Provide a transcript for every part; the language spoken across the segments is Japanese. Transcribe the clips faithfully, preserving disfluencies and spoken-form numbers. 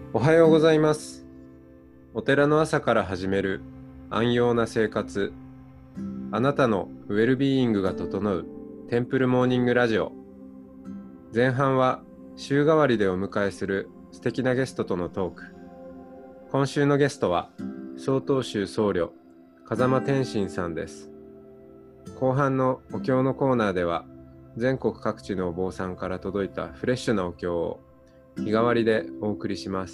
おはようございます。お寺の朝から始める安養な生活。あなたのウェルビーイングが整うテンプルモーニングラジオ。前半は週替わりでお迎えする素敵なゲストとのトーク。今週のゲストは曹洞宗僧侶風間天心さんです。後半のお経のコーナーでは全国各地のお坊さんから届いたフレッシュなお経を日替わりでお送りします。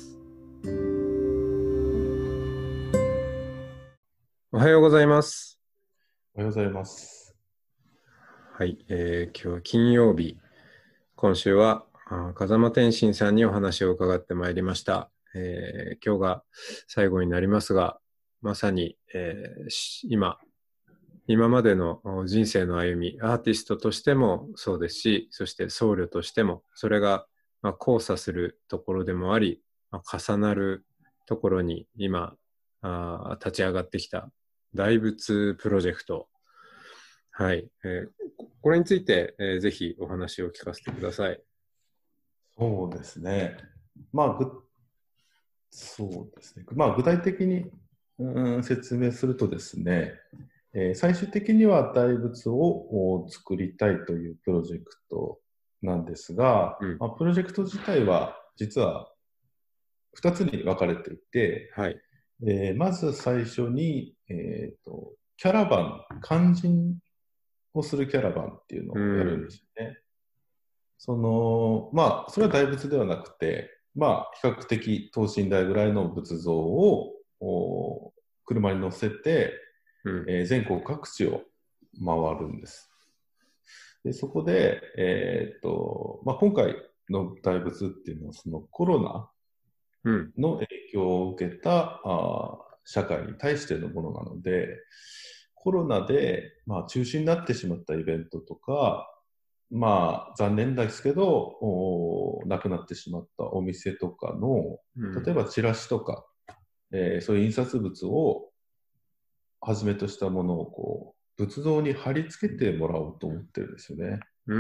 おはようございます。 おはようございます。 はい、えー、今日は金曜日。今週はあ風間天心さんにお話を伺ってまいりました。えー、今日が最後になりますが、まさに、えー、今、今までの人生の歩み、アーティストとしてもそうですし、そして僧侶としても、それが、まあ、交差するところでもあり、まあ、重なるところに今あ立ち上がってきた大仏プロジェクト。はい、えー、これについて、えー、ぜひお話を聞かせてください。 そうですね。まあ、ぐそうですね。まあ、具体的に、うん、説明するとですね、えー最終的には大仏をお作りたいというプロジェクトなんですが、 うん。 まあ、プロジェクト自体は実はふたつに分かれていて、 はい。 えーまず最初に、えーと、キャラバン、勧進をするキャラバンっていうのうをやるんでん。 すよね。その、まあ、それは大仏ではなくて、まあ、比較的等身大ぐらいの仏像をお車に乗せて、 うん。 えー全国各地を回るんです。で、そこで、えーっと、まあ、今回の大仏っていうのは、そのコロナうん。 の影響を受けたあー社会に対してのものなので、コロナで、まあ、中止になってしまったイベントとか、まあ、残念ですけど、お亡くなってしまったお店とかの、 うん。 例えばチラシとか、えーそういう印刷物をはじめとしたものをこう仏像に貼り付けてもらおうと思ってるんですよね。 うん。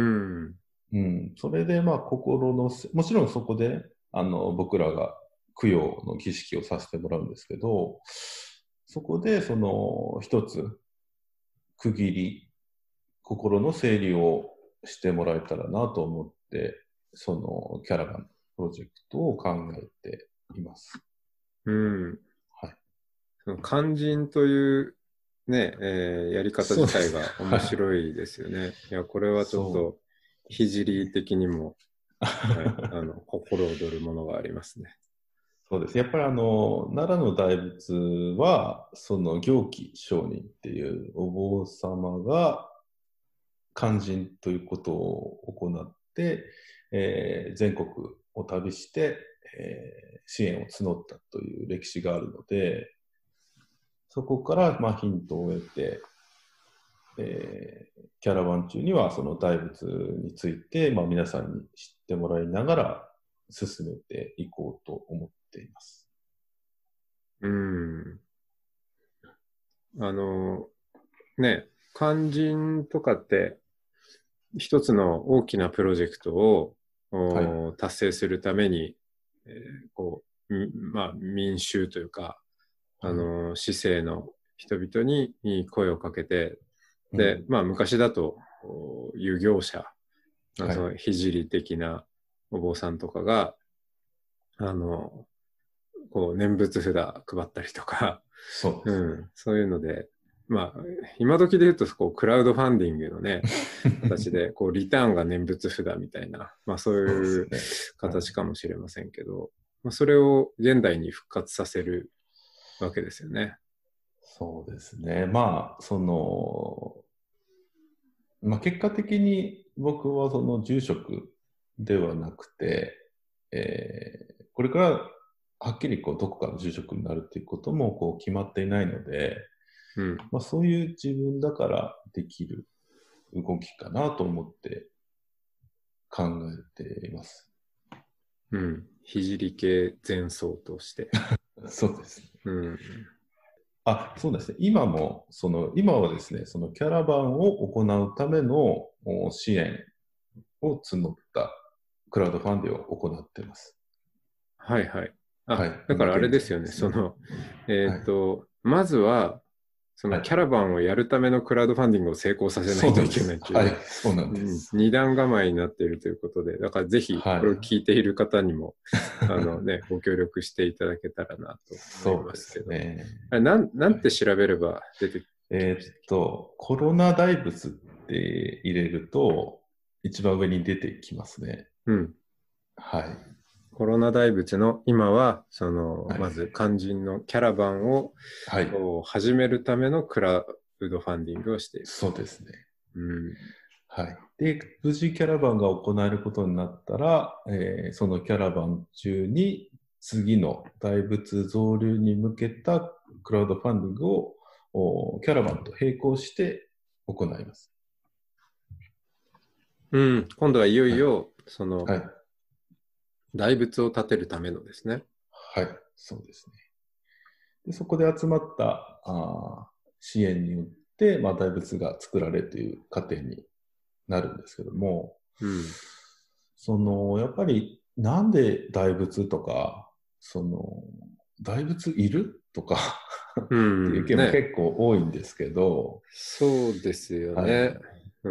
うん、それでまあ心のせ、もちろんそこであの僕らが供養の儀式をさせてもらうんですけど、そこでその一つ区切り、心の整理をしてもらえたらなと思って、そのキャラバンプロジェクトを考えています。 うん。 はい。 その肝心というね、えーやり方自そうですね。 体が面はい。 白いですよね。いや、これはちょっそうと、 ですね。 聖的にも、はい、あの、心躍るものがありますね。 そうです。やっぱりあの、奈良の大仏は、その行基上人っていうお坊様が勧進ということを行って、えー全国を旅して、えー支援を募ったという歴史があるので、そこからまあヒントを得て、えーキャラバン中にはその大仏について、まあ、皆さんに知ってもらいながら進めていこうと思っています。 うん。あの、ね、肝心とかって、一つの大きなプロジェクトをはい。 お達成するために、えーこう、みまあ、民衆というか、あはい。 の、市政の人々にに声をかけて、で、 うん。 まあ、昔だと、こう遊行者、まあ、 はい。 その聖的なお坊さんとかが、あの、こう、念仏札配ったりとか、 そうですね。 うん、そういうので、まあ、今時で言うと、こう、クラウドファンディングのね、形で、こう、リターンが念仏札みたいな、まあ、そうそうでいうすね。はい。 形かもしれませんけど、まあ、それを現代に復活させるわけですよね。 そうですね。まあ、その、まあ、結果的に僕はその住職ではなくて、えーこれからはっきりこうどこかの住職になるっていうこともこう決まっていないので、 うん。 まあ、そういう自分だからできる動きかなと思って考えています。 うん。聖系前奏として。 そうですね。 うん。 あ、そうですね。今も、その、今はですね、そのキャラバンを行うためのお支援を募ったクラウドファンディを行っています。 はいはい。 あ、 はい。 だからあれ今現ですよね。 在ですね。 その、えはい。 ーっと、まずは、そのキャはい。 ラバンをやるためのクラウドファンディングを成功させないといけないそうなんです。 という、 はい。そうなんうん、 です。 二段構えになっているということで、だからぜひはい。 これを聞いている方にも、あのね、ご協力していただけたらなと思いそうでますけど、 すね。 あれなん、なんはい。 て調べれば出てきえーっましたっけ？ と、コロナ大仏って入れると、一番上に出てきますね。 うん。 はい。 コロナ大仏の今は、その、 はい。 まず肝心のキャラバンをはい。 こう始めるためのクラウドファンディングをしている。 そうですね。 うん。 はい。で、無事キャラバンが行えることになったら、えーそのキャラバン中に次の大仏造立に向けたクラウドファンディングをおキャラバンと並行して行います。 うん。今度はいよいはい。 よ、その、 はい。 大仏を建てるためのですね。 はい。そうですね。で、そこで集まったあー支援によって、まあ、大仏が作られるという過程になるんですけども、 うん。 その、やっぱり、なんで大仏とか、その、大仏いるとかうっていう意ん。ね。 見も結構多いんですけど、 そうですよはい。 ね。うん。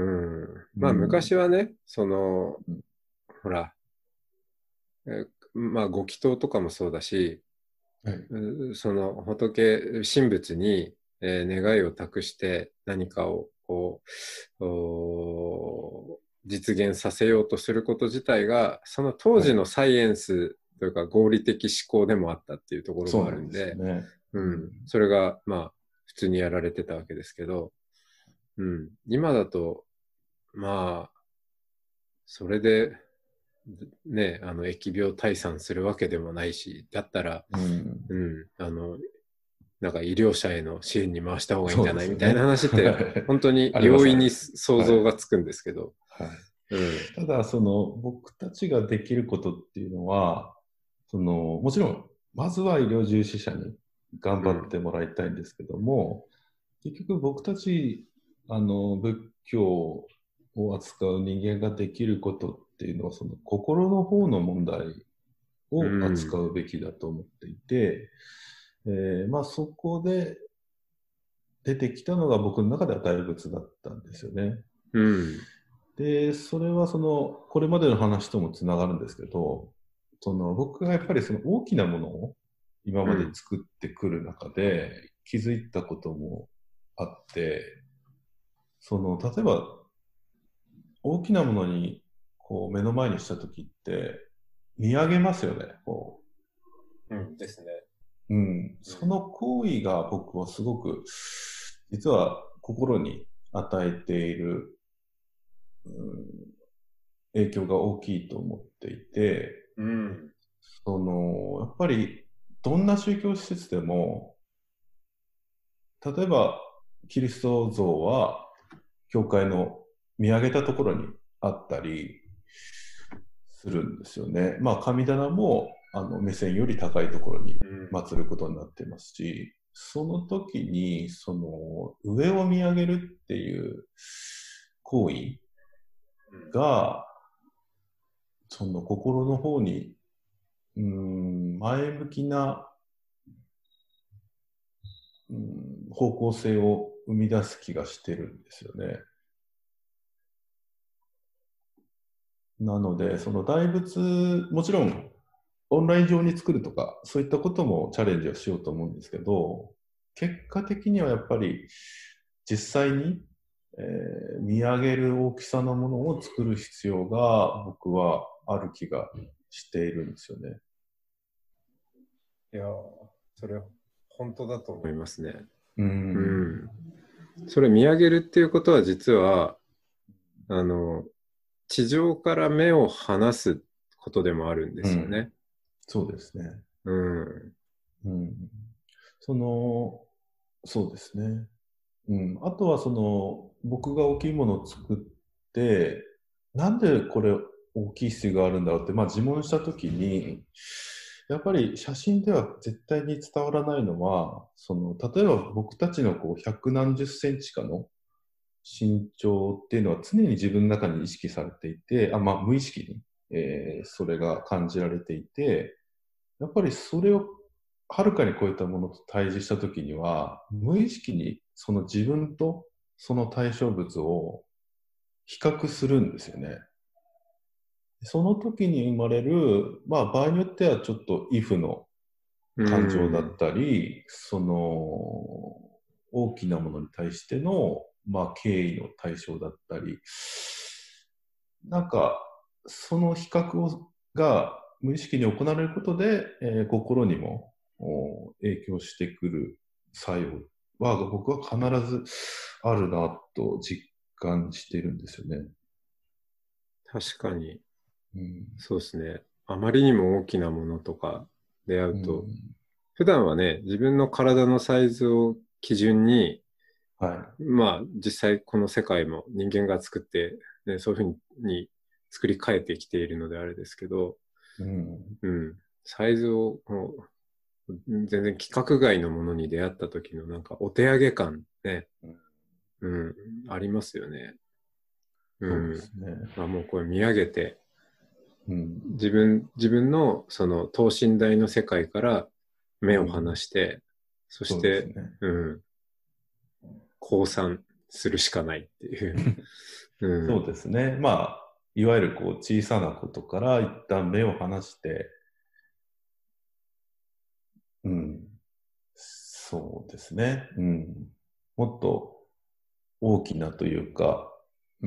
まあ、 うん。 昔はね、その、ほら、えまあ、ご祈祷とかもそうだし、 はい。 うその仏、神仏に、えー願いを託して何かをこう、お実現させようとすること自体が、その当はい。 時のサイエンスというか合理的思考でもあったっていうところもそうなんですよあるんで、 ね。 ううん。 ん、それがまあ普通にやられてたわけですけど、うん、今だとまあそれでね、あの疫病退散するわけでもないし、だったら、 うん。 うん、あのなんか医療者への支援に回した方がいいんじそうゃないみたいなですよね。 話って本当にあります、 容易にあります。 想はい。 像がつくんですけど、 はい。 うん、 ただ、その、僕たちができることっていうのは、その、もちろん、まずは医療従事者に頑うん、 張ってもらいたいんですけども、結局僕たち、あの、仏教を扱う人間ができることっていうのは、その心の方の問題うを扱ん、 うべきだと思っていて、えーまあそこで出てきたのが僕の中では大仏だったんですよね。 うん、 で、それはその、これまでの話ともつながるんですけど、その僕がやっぱりその大きなものを今までうん、 作ってくる中で気づいたこともあって、その、例えば大きなものにこう目の前にしたときって見上げますよね。こうんですね。 う、うん。 うん、 その行為が僕はすごく実は心に与えている、うん、影響が大きいと思っていて、 うん、 その、やっぱり、どんな宗教施設でも、例えば、キリスト像は、教会の見上げたところにあったりするんですよね。まあ、神棚も、あの、目線より高いところにうん、 祀ることになってますし、その時に、その、上を見上げるっていう行為が、その心の方に、うーん、前向きなうん、方向性を生み出す気がしてるんですよね。なので、その大仏、もちろんオンライン上に作るとか、そういったこともチャレンジはしようと思うんですけど、結果的にはやっぱり実際に、えー見上げる大きさのものを作る必要が僕はある気がしているんですよね。 いやー、それは本当だと思いますね。 ううん。 ん。それ見上げるっていうことは実は、あの、地上から目を離すことでもあるんでうん。 すよね。 そうですね。 うん。 うん。その、そうですね。うん、あとはその僕が大きいものを作ってなんでこれ大きい必要があるんだろうって、まあ、自問した時にやっぱり写真では絶対に伝わらないのはその例えば僕たちのこう百何十センチかの身長っていうのは常に自分の中に意識されていてあ、まあ、無意識に、えーそれが感じられていてやっぱりそれをはるかに超えたものと対峙したときには、無意識にその自分とその対象物を比較するんですよね。その時に生まれる、まあ場合によってはちょっと if の感情だったり、その大きなものに対しての、まあ、敬意の対象だったり、なんかその比較をが無意識に行われることで、えー心にも影響してくる作用は僕は必ずあるなと実感しているんですよね。 確かに、 うん、 そうですね。あまりにも大きなものとか出会ううと、 ん、 普段はね、自分の体のサイズを基準に、 はまあ実際この世界も人間が作って、ね、そういうふうに作り変えてきているのであれですけど、 い。うん、 うん、サイズをもう全然規格外のものに出会った時のなんかお手上げ感ね、うん、ありますよね。うそうでん。 すね。 まあもうこれ見上げて、 うん、 自分、自分のその等身大の世界から目を離うん、 して、そして、 そうですね。 うん、降参するしかないっていう。うそうん。 ですね。まあ、いわゆるこう小さなことから一旦目を離して、うん、そうですね。うん、もっと大きなというか、うん、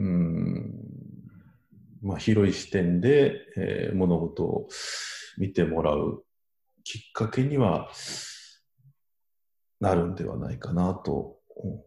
まあ、広い視点で、えー物事を見てもらうきっかけにはなるんではないかなと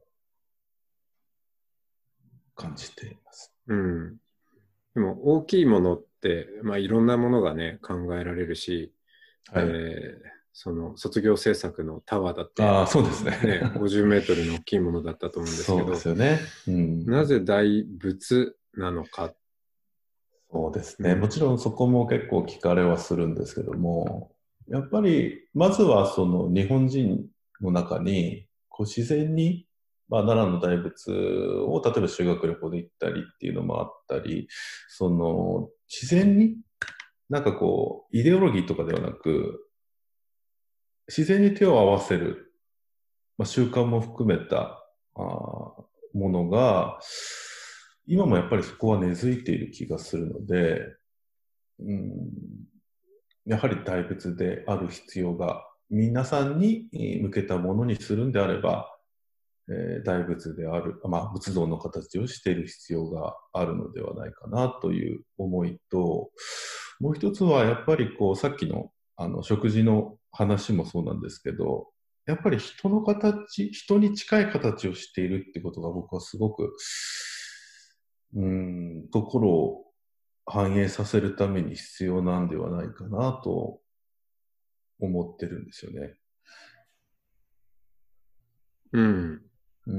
感じています。 うん。でも大きいものって、まあいろんなものがね、考えられるし、えはい。 ーその卒業制作のタワーだって、 ああ、そうですね。 ね、ごじゅうメートルの大きいものだったと思うんですけそうでど、 すよね。うん。 なぜ大仏なのか。 そうですね。もちうん。 ろんそこも結構聞かれはするんですけども、やっぱり、まずはその日本人の中に、こう自然に、まあ、奈良の大仏を例えば修学旅行で行ったりっていうのもあったり、その自然になんかこう、イデオロギーとかではなく、自然に手を合わせる、まあ、習慣も含めたあーものが、今もやっぱりそこは根付いている気がするので、うん、やはり大仏である必要が、皆さんに向けたものにするんであれば、えー大仏である、まあ、仏像の形をしている必要があるのではないかなという思いと、もう一つはやっぱりこう、さっきのあの食事の話もそうなんですけど、やっぱり人の形、人に近い形をしているってことが僕はすごく、うん、ところを反映させるために必要なんではないかなと思ってるんですよね。 うん。 うん。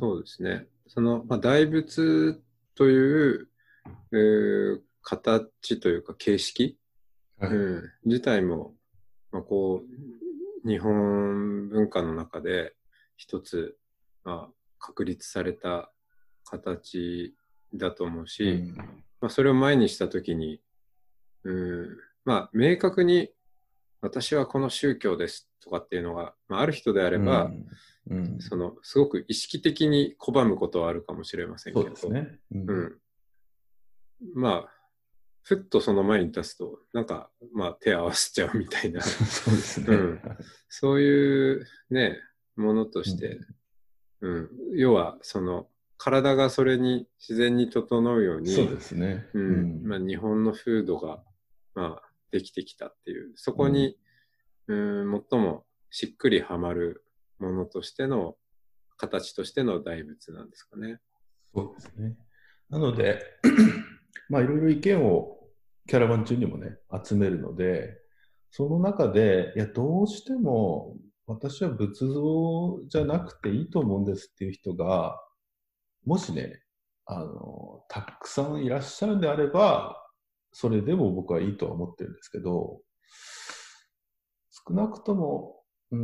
そうですね。その、まあ、大仏という、えー形というか形式、 はい。 うん、自体も、まあ、こう、日本文化の中で一つ、まあ、確立された形だと思うし、 うん。 まあ、それを前にしたときに、うん、まあ、明確に私はこの宗教ですとかっていうのが、まあ、ある人であれば、 うん。うん。 その、すごく意識的に拒むことはあるかもしれませんそうけど、 ですね。うん。 うん。まあ、ふっとその前に立つと、なんか、まあ、手合わせちゃうみたいな、 そうですね。 うん。そういうね、ものとして、 うん。 うん。要は、その、体がそれに自然に整うようそうに、 ですね。 うん。まあ、 うん。 日本の風土が、まあ、できてきたっていう、そうん。 こに、うん、最もしっくりはまるものとしての、形としての大仏なんですかね。 そうですね。なので、まあいろいろ意見をキャラバン中にもね、集めるので、その中で、いや、どうしても私は仏像じゃなくていいと思うんですっていう人が、もしね、あの、たくさんいらっしゃるんであれば、それでも僕はいいとは思ってるんですけど、少なくとも、うん、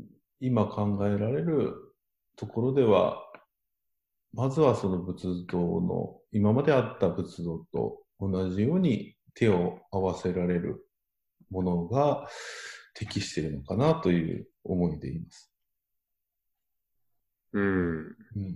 今考えられるところでは、まずはその仏像の、今まであった仏像と同じように手を合わせられるものが適しているのかなという思いでいます。 うん。うん、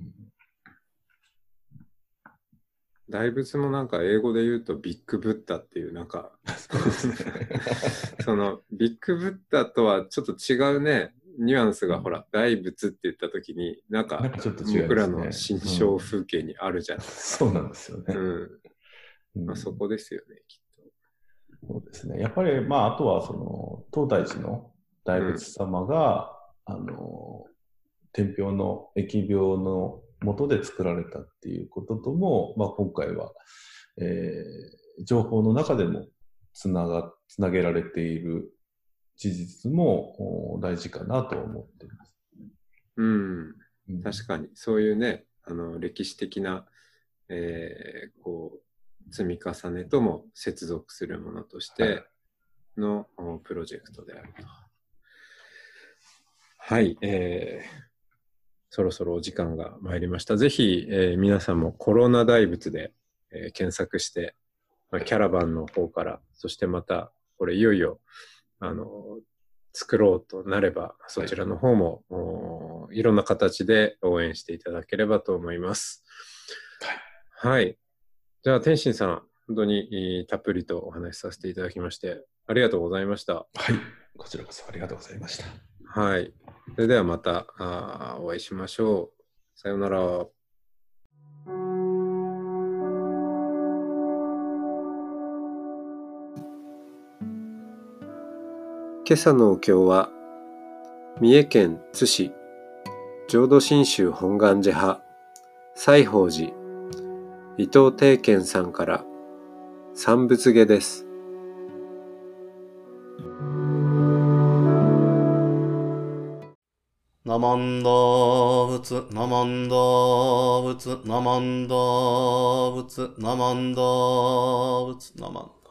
大仏もなんか英語で言うとビッグブッダっていうなんかそのビッグブッダとはちょっと違うね、ニュアンスがほら、大仏って言った時になんか僕らの心象風景にあるじゃないですか。そうなんですよね。 うん。まあそこですよね、きっと。そうですね。やっぱりまああとはその東大寺の大仏様が、うん、あの天平の疫病の元で作られたっていうこととも、まあ、今回は、えー、情報の中でもつなが、つなげられている事実も大事かなと思っています。 うん、うん、確かにそういうね、あの歴史的な、えー、こう積み重ねとも接続するものとしての、はい、プロジェクトであると。はい、えーそろそろお時間が参りました。ぜひ、えー、皆さんもコロナ大仏で、えー、検索して、まあ、キャラバンの方から、そしてまた、これいよいよ、あの、作ろうとなれば、そちらの方も、はい、いろんな形で応援していただければと思います。はい。はい。じゃあ、天心さん、本当にたっぷりとお話しさせていただきまして、ありがとうございました。 はい。こちらこそありがとうございました。 はい。それではまたあお会いしましょう。さようなら。今朝のお経は、三重県津市浄土真宗本願寺派西宝寺伊藤定賢さんから三仏下です。 ナマンダー仏、ナマンダー仏、ナマンダー仏、ナマンダー仏、ナマンダー仏。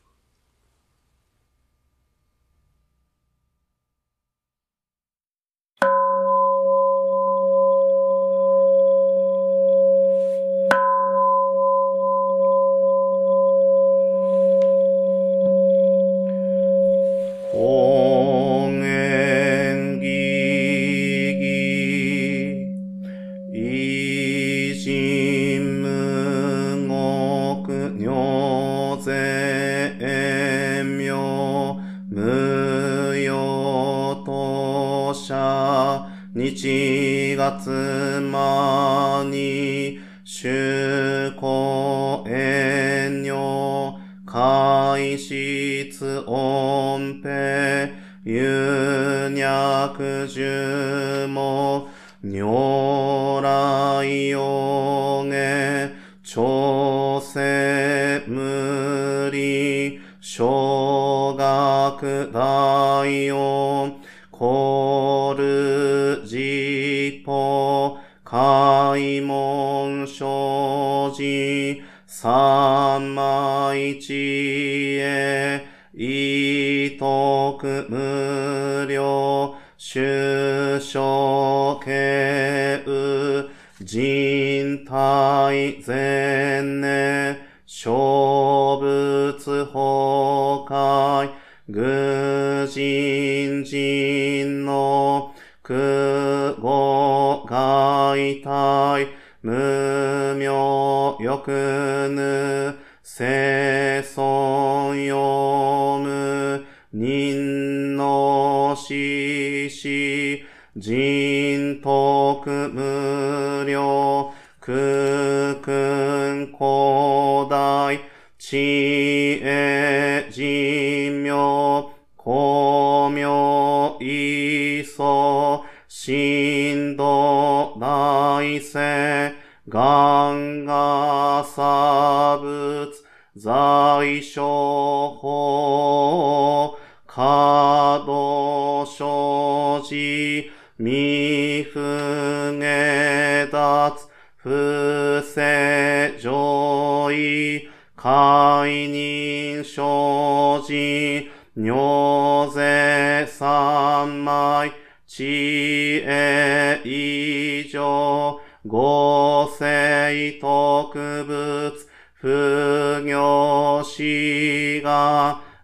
日月間に修行遠慮開室音平有脈樹も如来用下調整無理小学大音コルジポ開門生じ三昧知恵意徳無量修所敬右人体前年小仏崩壊愚人人の苦語外体無明欲ぬ生存読む人の死死人徳無量苦訓古代知恵人妙光明意祖神道大聖願が差仏在所法可動生じ未不下脱不正上位解任生じ如是三昧知恵以上五世特仏不行死が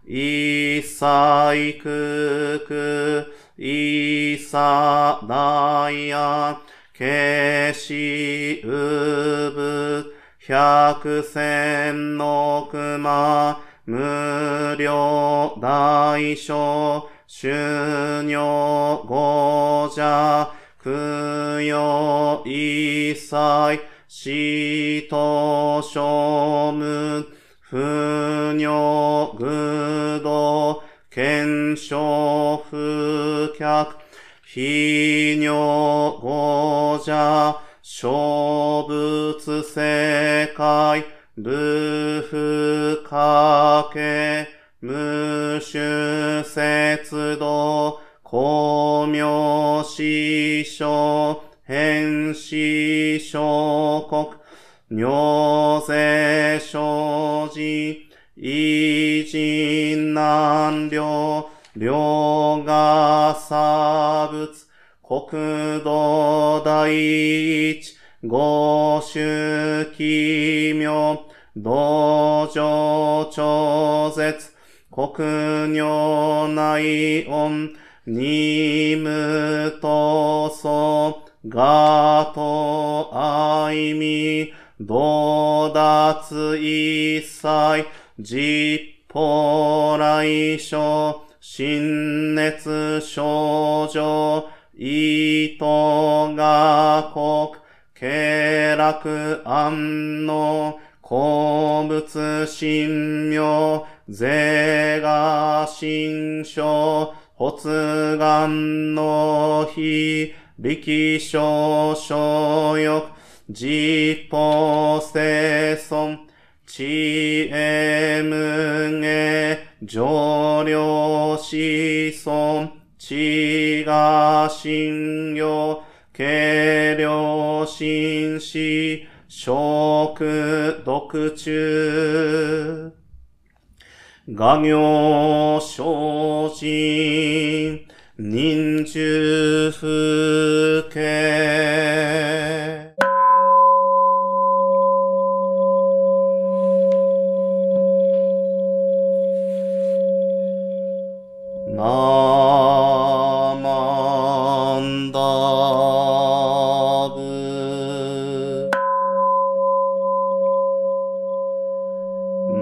一切空空、一切大や、消しうぶ、百千の熊、無量大小、修行五者、供養一切、死と処無、不尿愚道、検証不客、非尿五者、小仏世界、無不可け、無種節道、光明師匠、変死小国、尿税生じ、異人難量、量が差仏、国土第一、五種奇妙、道場超絶、国尿内音、二無闘争、ガト愛味、道脱一切、実法来生、心熱症状、意図が国、経絡安の、鉱物神妙、税が心象、発願の非、力小小欲、実法生存、知恵無下、上領子孫、知が信用、軽量心死、食毒中、画行精進、忍住不敬。ナマンダブナ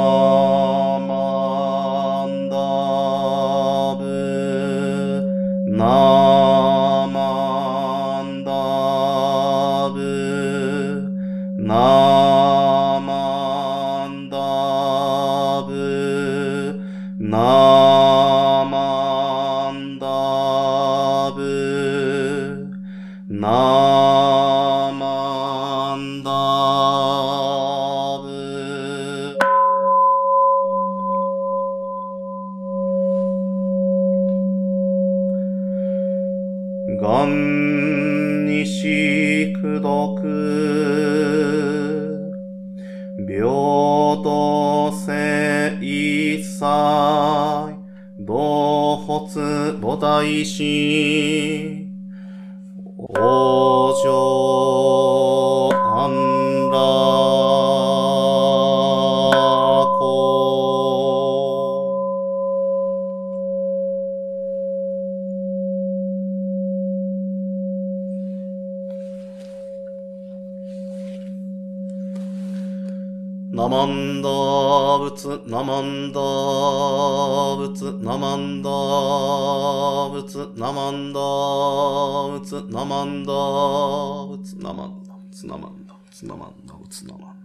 マンダブナマンダブナマンダブナマンダブナマンダブ願にし功徳平等性一切同発菩提心往生安楽ナマンダ仏ナマンダ仏ナマンダ仏ナマンダ仏ナマンダ仏ナマンダ仏ナマンダ仏ナマンダ仏ナマンダ